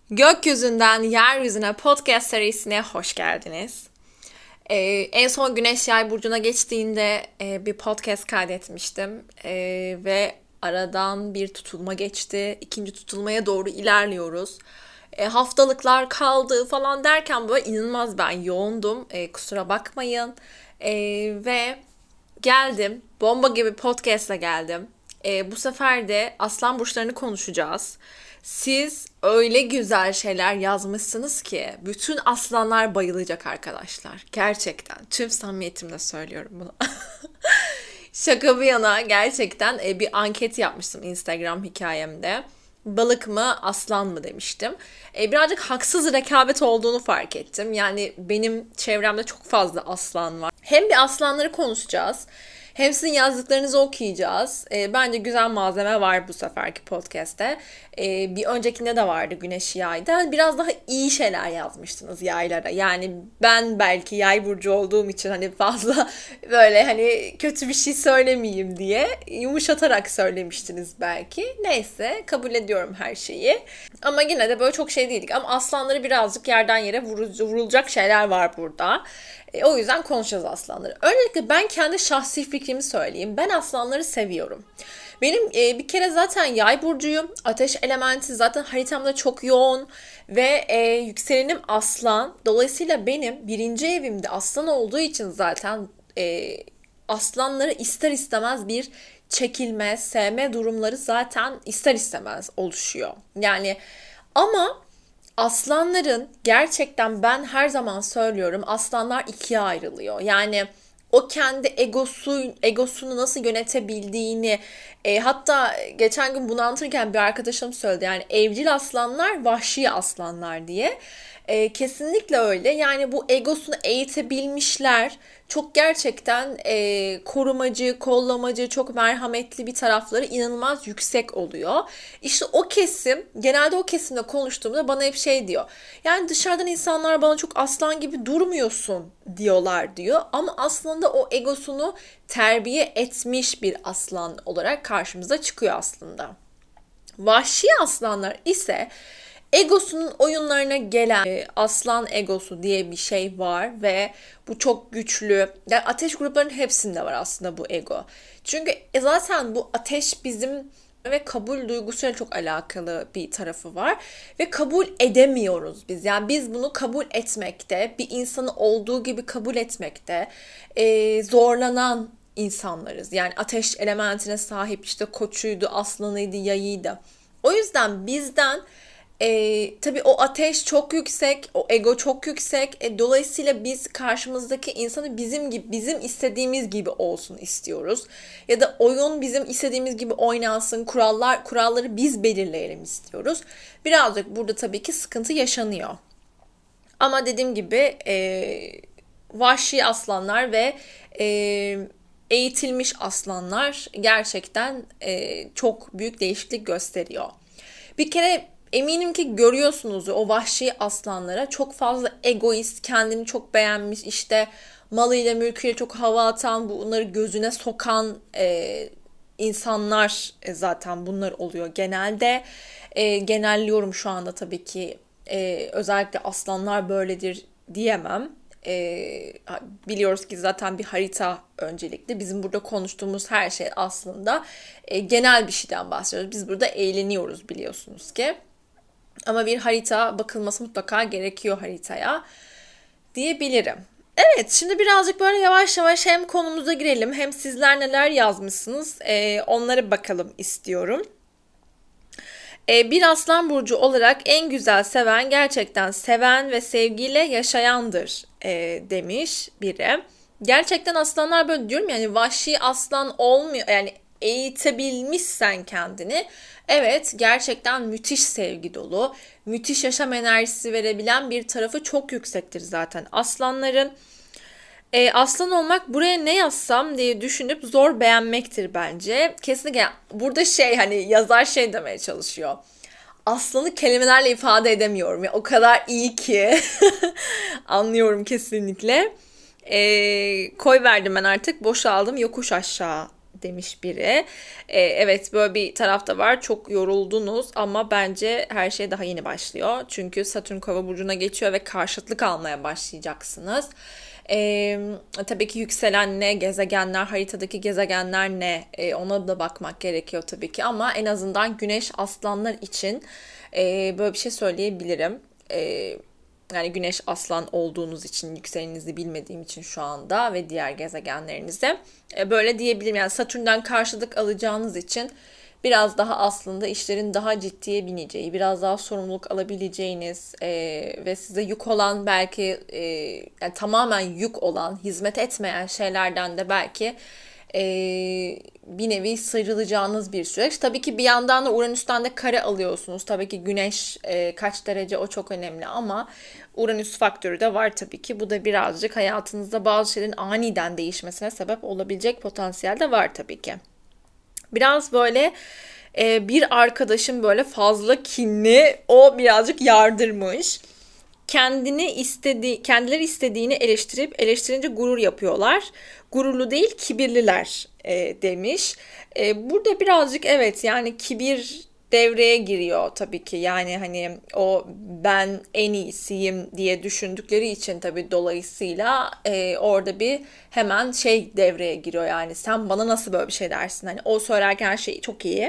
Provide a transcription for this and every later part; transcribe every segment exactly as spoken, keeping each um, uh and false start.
Gökyüzünden Yeryüzüne podcast serisine hoş geldiniz. Ee, en son Güneş Yay burcuna geçtiğinde e, bir podcast kaydetmiştim e, ve aradan bir tutulma geçti. İkinci tutulmaya doğru ilerliyoruz. E, haftalıklar kaldı falan derken böyle inanılmaz ben yoğundum. E, kusura bakmayın. E, ve geldim. Bomba gibi podcast'la geldim. E, bu sefer de aslan burçlarını konuşacağız. Siz öyle güzel şeyler yazmışsınız ki bütün aslanlar bayılacak arkadaşlar. Gerçekten tüm samimiyetimle söylüyorum bunu. Şaka bir yana gerçekten e, bir anket yapmıştım Instagram hikayemde. Balık mı aslan mı demiştim. E, birazcık haksız rekabet olduğunu fark ettim. Yani benim çevremde çok fazla aslan var. Hem bir aslanları konuşacağız. Hem sizin yazdıklarınızı okuyacağız. E, bence güzel malzeme var bu seferki podcast'te. E, bir öncekinde de vardı Güneş Yay'da. Biraz daha iyi şeyler yazmıştınız yaylara. Yani ben belki yay burcu olduğum için hani fazla böyle hani kötü bir şey söylemeyeyim diye yumuşatarak söylemiştiniz belki. Neyse kabul ediyorum her şeyi. Ama yine de böyle çok şey değildik. Ama aslanları birazcık yerden yere vurulacak şeyler var burada. E, o yüzden konuşacağız aslanları. Öncelikle ben kendi şahsi fikrimi söyleyeyim. Ben aslanları seviyorum. Benim e, bir kere zaten yay burcuyum. Ateş elementi zaten haritamda çok yoğun. Ve e, yükselenim aslan. Dolayısıyla benim birinci evimde aslan olduğu için zaten e, aslanları ister istemez bir çekilme, sevme durumları zaten ister istemez oluşuyor. Yani ama aslanların gerçekten ben her zaman söylüyorum aslanlar ikiye ayrılıyor. Yani o kendi egosu egosunu nasıl yönetebildiğini e, hatta geçen gün bunu anlatırken bir arkadaşım söyledi. Yani evcil aslanlar vahşi aslanlar diye. E, kesinlikle öyle. Yani bu egosunu eğitebilmişler. Çok gerçekten e, korumacı, kollamacı, çok merhametli bir tarafları inanılmaz yüksek oluyor. İşte o kesim, genelde o kesimle konuştuğumda bana hep şey diyor. Yani dışarıdan insanlar bana çok aslan gibi durmuyorsun diyorlar diyor. Ama aslında o egosunu terbiye etmiş bir aslan olarak karşımıza çıkıyor aslında. Vahşi aslanlar ise egosunun oyunlarına gelen e, aslan egosu diye bir şey var ve bu çok güçlü. Yani ateş gruplarının hepsinde var aslında bu ego. Çünkü e, zaten bu ateş bizim ve kabul duygusuyla çok alakalı bir tarafı var. Ve kabul edemiyoruz biz. Yani biz bunu kabul etmekte, bir insanı olduğu gibi kabul etmekte e, zorlanan insanlarız. Yani ateş elementine sahip işte koçuydu, aslanıydı, yayıydı. O yüzden bizden e, tabii o ateş çok yüksek, o ego çok yüksek. E, dolayısıyla biz karşımızdaki insanı bizim gibi, bizim istediğimiz gibi olsun istiyoruz. Ya da oyun bizim istediğimiz gibi oynansın, kurallar kuralları biz belirleyelim istiyoruz. Birazcık burada tabii ki sıkıntı yaşanıyor. Ama dediğim gibi e, vahşi aslanlar ve e, eğitilmiş aslanlar gerçekten e, çok büyük değişiklik gösteriyor. Bir kere eminim ki görüyorsunuz o vahşi aslanlara çok fazla egoist, kendini çok beğenmiş, işte malıyla mülküyle çok hava atan, bunları gözüne sokan e, insanlar e, zaten bunlar oluyor genelde. E, genelliyorum şu anda tabii ki e, özellikle aslanlar böyledir diyemem. E, biliyoruz ki zaten bir harita öncelikli. Bizim burada konuştuğumuz her şey aslında e, genel bir şeyden bahsediyoruz. Biz burada eğleniyoruz biliyorsunuz ki. Ama bir harita bakılması mutlaka gerekiyor haritaya diyebilirim. Evet, şimdi birazcık böyle yavaş yavaş hem konumuza girelim hem sizler neler yazmışsınız e, onlara bakalım istiyorum. E, bir aslan burcu olarak en güzel seven gerçekten seven ve sevgiyle yaşayandır e, demiş biri. Gerçekten aslanlar böyle diyorum yani vahşi aslan olmuyor yani eğitebilmişsen kendini. Evet gerçekten müthiş sevgi dolu, müthiş yaşam enerjisi verebilen bir tarafı çok yüksektir zaten aslanların. E, aslan olmak buraya ne yazsam diye düşünüp zor beğenmektir bence. Kesinlikle burada şey hani yazar şey demeye çalışıyor. Aslanı kelimelerle ifade edemiyorum. Ya, o kadar iyi ki. Anlıyorum kesinlikle. E, koy verdim ben artık boşaldım yokuş aşağı demiş biri. Ee, evet, böyle bir tarafta var. Çok yoruldunuz ama bence her şey daha yeni başlıyor. Çünkü Satürn Kova burcuna geçiyor ve karşıtlık almaya başlayacaksınız. Ee, tabii ki yükselen ne, gezegenler, haritadaki gezegenler ne, ee, ona da bakmak gerekiyor tabii ki. Ama en azından Güneş Aslanlar için e, böyle bir şey söyleyebilirim. Ee, Yani Güneş Aslan olduğunuz için, yükseleninizi bilmediğim için şu anda ve diğer gezegenlerinize e, böyle diyebilirim. Yani Satürn'den karşılık alacağınız için biraz daha aslında işlerin daha ciddiye bineceği, biraz daha sorumluluk alabileceğiniz e, ve size yük olan, belki e, yani tamamen yük olan, hizmet etmeyen şeylerden de belki e, bir nevi sıyrılacağınız bir süreç. Tabii ki bir yandan da Uranüs'ten de kare alıyorsunuz. Tabii ki Güneş e, kaç derece, o çok önemli ama Uranüs faktörü de var tabii ki. Bu da birazcık hayatınızda bazı şeylerin aniden değişmesine sebep olabilecek potansiyel de var tabii ki. Biraz böyle e, bir arkadaşım böyle fazla kinli, o birazcık yardırmış. Kendini istediği, kendileri istediğini eleştirip eleştirince gurur yapıyorlar. Gururlu değil, kibirliler e, demiş. E, burada birazcık evet, yani kibir devreye giriyor tabii ki. Yani hani o ben en iyisiyim diye düşündükleri için tabii, dolayısıyla e, orada bir hemen şey devreye giriyor. Yani sen bana nasıl böyle bir şey dersin? Hani o söylerken her şey çok iyi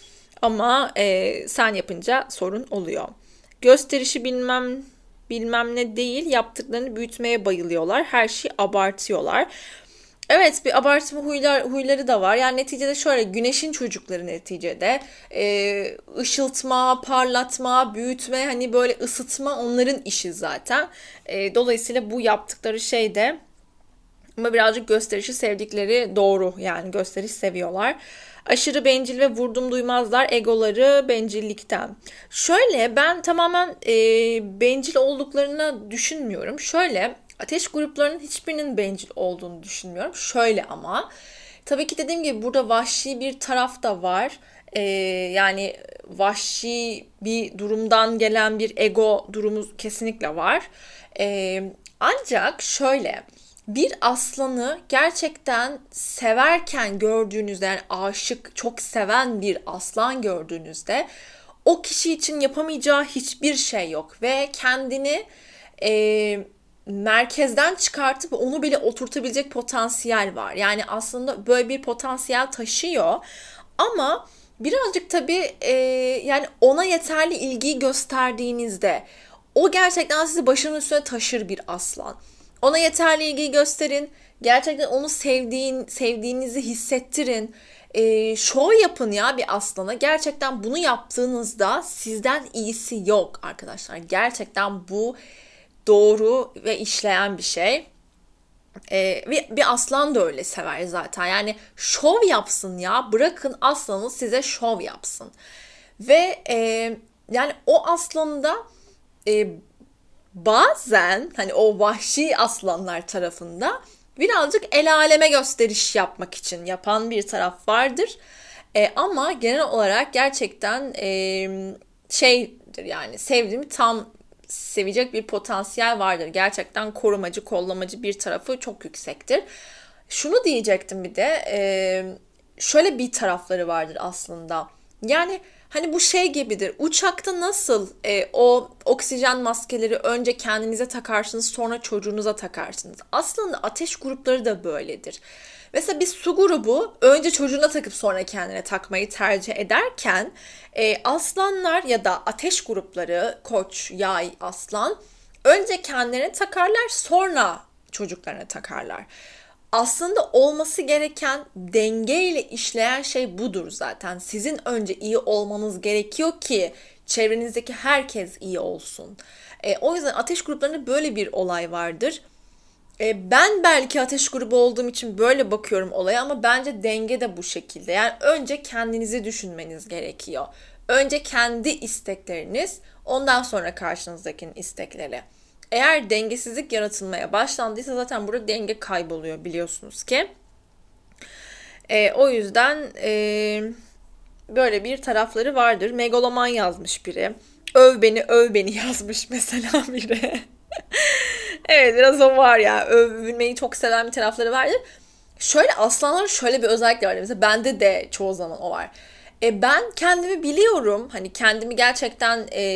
ama e, sen yapınca sorun oluyor. Gösterişi bilmem bilmem ne değil, yaptıklarını büyütmeye bayılıyorlar. Her şeyi abartıyorlar. Evet, bir abartma huylar, huyları da var. Yani neticede şöyle, güneşin çocukları neticede. Ee, ışıltma, parlatma, büyütme, hani böyle ısıtma onların işi zaten. Ee, dolayısıyla bu yaptıkları şey de, ama birazcık gösterişi sevdikleri doğru. Yani gösteriş seviyorlar. Aşırı bencil ve vurdum duymazlar, egoları bencillikten. Şöyle, ben tamamen e, bencil olduklarını düşünmüyorum. Şöyle, ateş gruplarının hiçbirinin bencil olduğunu düşünmüyorum. Şöyle ama, tabii ki dediğim gibi burada vahşi bir taraf da var. Ee, yani vahşi bir durumdan gelen bir ego durumu kesinlikle var. Ee, ancak şöyle, bir aslanı gerçekten severken gördüğünüzde, yani aşık, çok seven bir aslan gördüğünüzde, o kişi için yapamayacağı hiçbir şey yok ve kendini e, merkezden çıkartıp onu bile oturtabilecek potansiyel var. Yani aslında böyle bir potansiyel taşıyor ama birazcık tabii e, yani ona yeterli ilgiyi gösterdiğinizde o gerçekten sizi başının üstüne taşır bir aslan. Ona yeterli ilgiyi gösterin. Gerçekten onu sevdiğin, sevdiğinizi hissettirin. E, şov yapın ya bir aslana. Gerçekten bunu yaptığınızda sizden iyisi yok arkadaşlar. Gerçekten bu doğru ve işleyen bir şey. Ee, bir, bir aslan da öyle sever zaten. Yani şov yapsın ya. Bırakın aslanı size şov yapsın. Ve e, yani o aslında e, bazen hani o vahşi aslanlar tarafında birazcık el aleme gösteriş yapmak için yapan bir taraf vardır. E, ama genel olarak gerçekten e, şeydir, yani sevdiğimi tam sevecek bir potansiyel vardır. Gerçekten korumacı, kollamacı bir tarafı çok yüksektir. Şunu diyecektim bir de, e, şöyle bir tarafları vardır aslında. Yani hani bu şey gibidir. Uçakta nasıl e, o oksijen maskeleri önce kendinize takarsınız, sonra çocuğunuza takarsınız. Aslında ateş grupları da böyledir. Mesela bir su grubu önce çocuğuna takıp sonra kendine takmayı tercih ederken e, aslanlar ya da ateş grupları, koç, yay, aslan önce kendilerine takarlar, sonra çocuklarına takarlar. Aslında olması gereken, dengeyle işleyen şey budur zaten. Sizin önce iyi olmanız gerekiyor ki çevrenizdeki herkes iyi olsun. E, o yüzden ateş gruplarında böyle bir olay vardır. E, ben belki ateş grubu olduğum için böyle bakıyorum olaya ama bence denge de bu şekilde. Yani önce kendinizi düşünmeniz gerekiyor. Önce kendi istekleriniz, ondan sonra karşınızdakinin istekleri. Eğer dengesizlik yaratılmaya başlandıysa zaten burada denge kayboluyor, biliyorsunuz ki. E, o yüzden e, böyle bir tarafları vardır. Megaloman yazmış biri. Öv beni, öv beni yazmış mesela biri. Evet, biraz o var ya. Övülmeyi çok seven bir tarafları vardır. şöyle aslanların şöyle bir özellikle var. Mesela bende de çoğu zaman o var. E, ben kendimi biliyorum. Hani kendimi gerçekten e,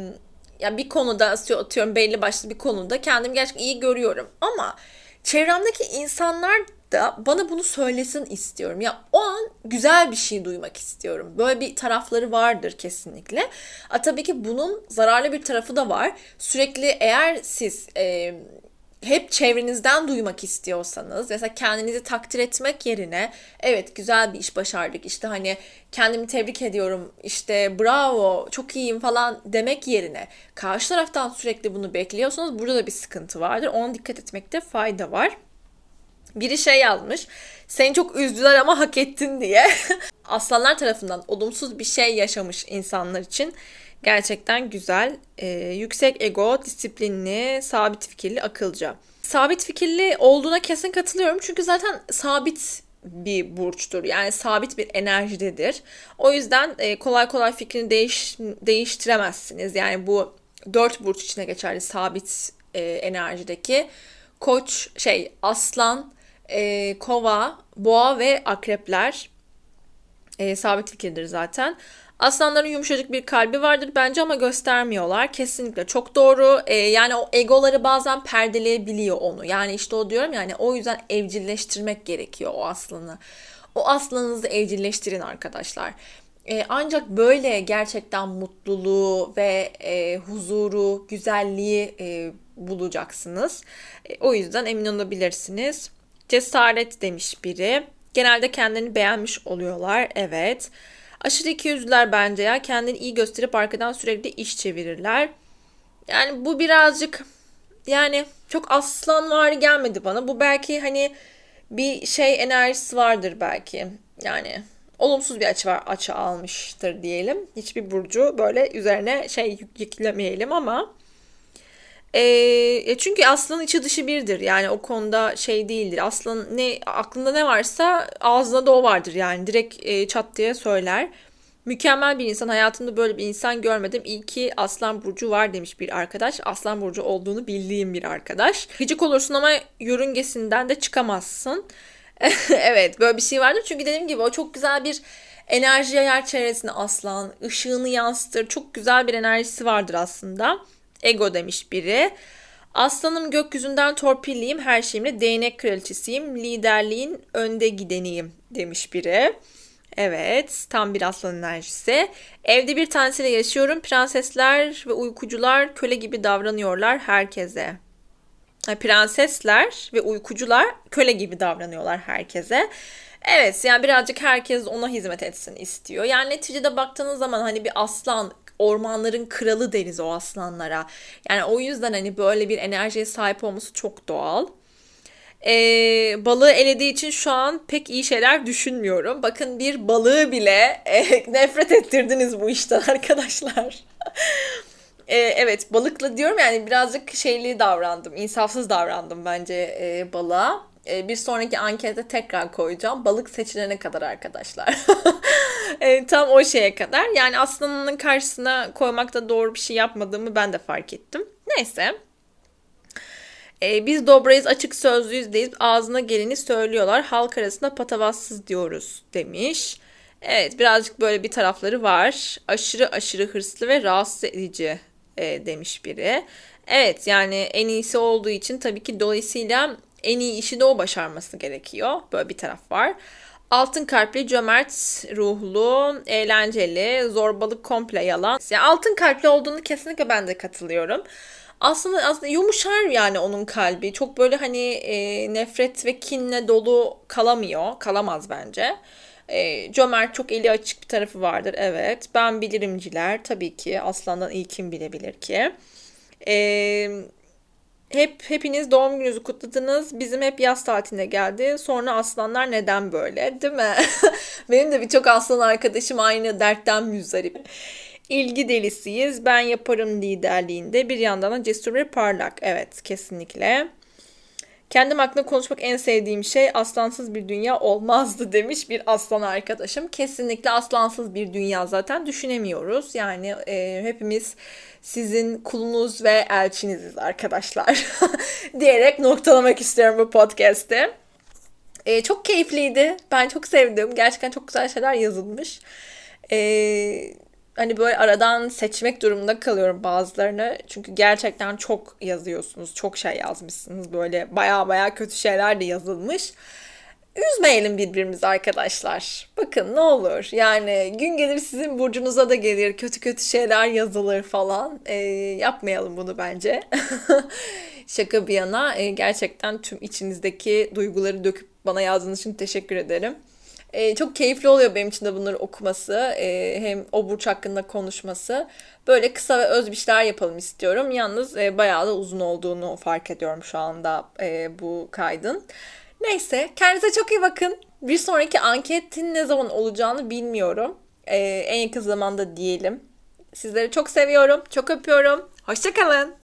ya bir konuda atıyorum belli başlı bir konuda kendimi gerçekten iyi görüyorum. Ama çevremdeki insanlar da bana bunu söylesin istiyorum. Ya o an güzel bir şey duymak istiyorum. Böyle bir tarafları vardır kesinlikle. A, tabii ki bunun zararlı bir tarafı da var. Sürekli eğer siz e, hep çevrenizden duymak istiyorsanız, mesela kendinizi takdir etmek yerine evet güzel bir iş başardık, işte hani kendimi tebrik ediyorum, işte bravo çok iyiyim falan demek yerine karşı taraftan sürekli bunu bekliyorsanız burada da bir sıkıntı vardır. Ona dikkat etmekte fayda var. Biri şey yazmış. Seni çok üzdüler ama hak ettin diye. Aslanlar tarafından olumsuz bir şey yaşamış insanlar için gerçekten güzel. Ee, yüksek ego, disiplinli, sabit fikirli, akılcı. Sabit fikirli olduğuna kesin katılıyorum. Çünkü zaten sabit bir burçtur. Yani sabit bir enerjidedir. O yüzden e, kolay kolay fikrini değiş, değiştiremezsiniz. Yani bu dört burç içine geçerli sabit e, enerjideki. Koç, şey, aslan, e, kova, boğa ve akrepler e, sabit fikirdir zaten. Aslanların yumuşacık bir kalbi vardır bence ama göstermiyorlar. Kesinlikle çok doğru. E, yani o egoları bazen perdeleyebiliyor onu. Yani işte o diyorum yani o yüzden evcilleştirmek gerekiyor o aslanı. O aslanınızı evcilleştirin arkadaşlar. E, ancak böyle gerçekten mutluluğu ve e, huzuru, güzelliği e, bulacaksınız. E, o yüzden emin olabilirsiniz. Cesaret demiş biri. Genelde kendini beğenmiş oluyorlar. Evet. Aşırı ikiyüzlüler bence ya. Kendini iyi gösterip arkadan sürekli iş çevirirler. Yani bu birazcık yani çok aslanvari gelmedi bana. Bu belki hani bir şey enerjisi vardır belki. Yani olumsuz bir açı var, açı almıştır diyelim. Hiçbir burcu böyle üzerine şey yüklemeyelim ama e, çünkü aslanın içi dışı birdir. Yani o konuda şey değildir. Aslan ne aklında ne varsa ağzında da o vardır. Yani direkt e, çat diye söyler. Mükemmel bir insan. Hayatımda böyle bir insan görmedim. İyi ki Aslan Burcu var demiş bir arkadaş. Aslan Burcu olduğunu bildiğim bir arkadaş. Gıcık olursun ama yörüngesinden de çıkamazsın. Evet böyle bir şey vardır. Çünkü dediğim gibi o çok güzel bir enerji yayar çevresine aslan. Işığını yansıtır. Çok güzel bir enerjisi vardır aslında. Ego demiş biri. Aslanım gökyüzünden torpilliyim. Her şeyimle değnek kraliçesiyim. Liderliğin önde gideniyim demiş biri. Evet, tam bir aslan enerjisi. Evde bir tanesiyle yaşıyorum. Prensesler ve uykucular köle gibi davranıyorlar herkese. Prensesler ve uykucular köle gibi davranıyorlar herkese. Evet, yani birazcık herkes ona hizmet etsin istiyor. Yani neticede baktığınız zaman hani bir aslan, ormanların kralı deriz o aslanlara. Yani o yüzden hani böyle bir enerjiye sahip olması çok doğal. Ee, balığı elediği için şu an pek iyi şeyler düşünmüyorum. Bakın bir balığı bile e, nefret ettirdiniz bu işten arkadaşlar. Ee, evet balıkla diyorum yani birazcık şeyli davrandım. İnsafsız davrandım bence e, balığa. E, bir sonraki ankete tekrar koyacağım. Balık seçilene kadar arkadaşlar. E, tam o şeye kadar. Yani aslanın karşısına koymakta doğru bir şey yapmadığımı ben de fark ettim. Neyse. E, biz dobrayız, açık sözlüyüz deyiz. Ağzına geleni söylüyorlar. Halk arasında patavatsız diyoruz demiş. Evet birazcık böyle bir tarafları var. Aşırı aşırı hırslı ve rahatsız edici e, demiş biri. Evet yani en iyisi olduğu için tabii ki dolayısıyla en iyi işi de o başarması gerekiyor. Böyle bir taraf var. Altın kalpli, cömert ruhlu, eğlenceli, zorbalık komple yalan. Yani altın kalpli olduğunu kesinlikle ben de katılıyorum. Aslında aslında yumuşar yani onun kalbi. Çok böyle hani e, nefret ve kinle dolu kalamıyor. Kalamaz bence. E, cömert çok eli açık bir tarafı vardır. Evet. Ben bilirimciler. Tabii ki. Aslandan iyi kim bilebilir ki. E, hep hepiniz doğum gününüzü kutladınız. Bizim hep yaz tatiline geldi. Sonra aslanlar neden böyle? Değil mi? Benim de birçok aslan arkadaşım aynı dertten müzdarip. İlgi delisiyiz. Ben yaparım liderliğinde. Bir yandan da cesur ve parlak. Evet, kesinlikle. Kendim hakkında konuşmak en sevdiğim şey aslansız bir dünya olmazdı demiş bir aslan arkadaşım. Kesinlikle aslansız bir dünya zaten düşünemiyoruz. Yani e, hepimiz sizin kulunuz ve elçiniziz arkadaşlar. Diyerek noktalamak istiyorum bu podcast'te. Ee, çok keyifliydi. Ben çok sevdim. Gerçekten çok güzel şeyler yazılmış. Ee, Hani böyle aradan seçmek durumunda kalıyorum bazılarını. Çünkü gerçekten çok yazıyorsunuz. Çok şey yazmışsınız. Böyle baya baya kötü şeyler de yazılmış. Üzmeyelim birbirimizi arkadaşlar. Bakın ne olur. Yani gün gelir sizin burcunuza da gelir. Kötü kötü şeyler yazılır falan. Ee, yapmayalım bunu bence. Şaka bir yana e, gerçekten tüm içinizdeki duyguları döküp bana yazdığınız için teşekkür ederim. Ee, çok keyifli oluyor benim için de bunları okuması. Ee, hem o burç hakkında konuşması. Böyle kısa ve öz bir şeyler yapalım istiyorum. Yalnız e, bayağı da uzun olduğunu fark ediyorum şu anda e, bu kaydın. Neyse, kendinize çok iyi bakın. Bir sonraki anketin ne zaman olacağını bilmiyorum. Ee, en yakın zamanda diyelim. Sizleri çok seviyorum, çok öpüyorum. Hoşça kalın.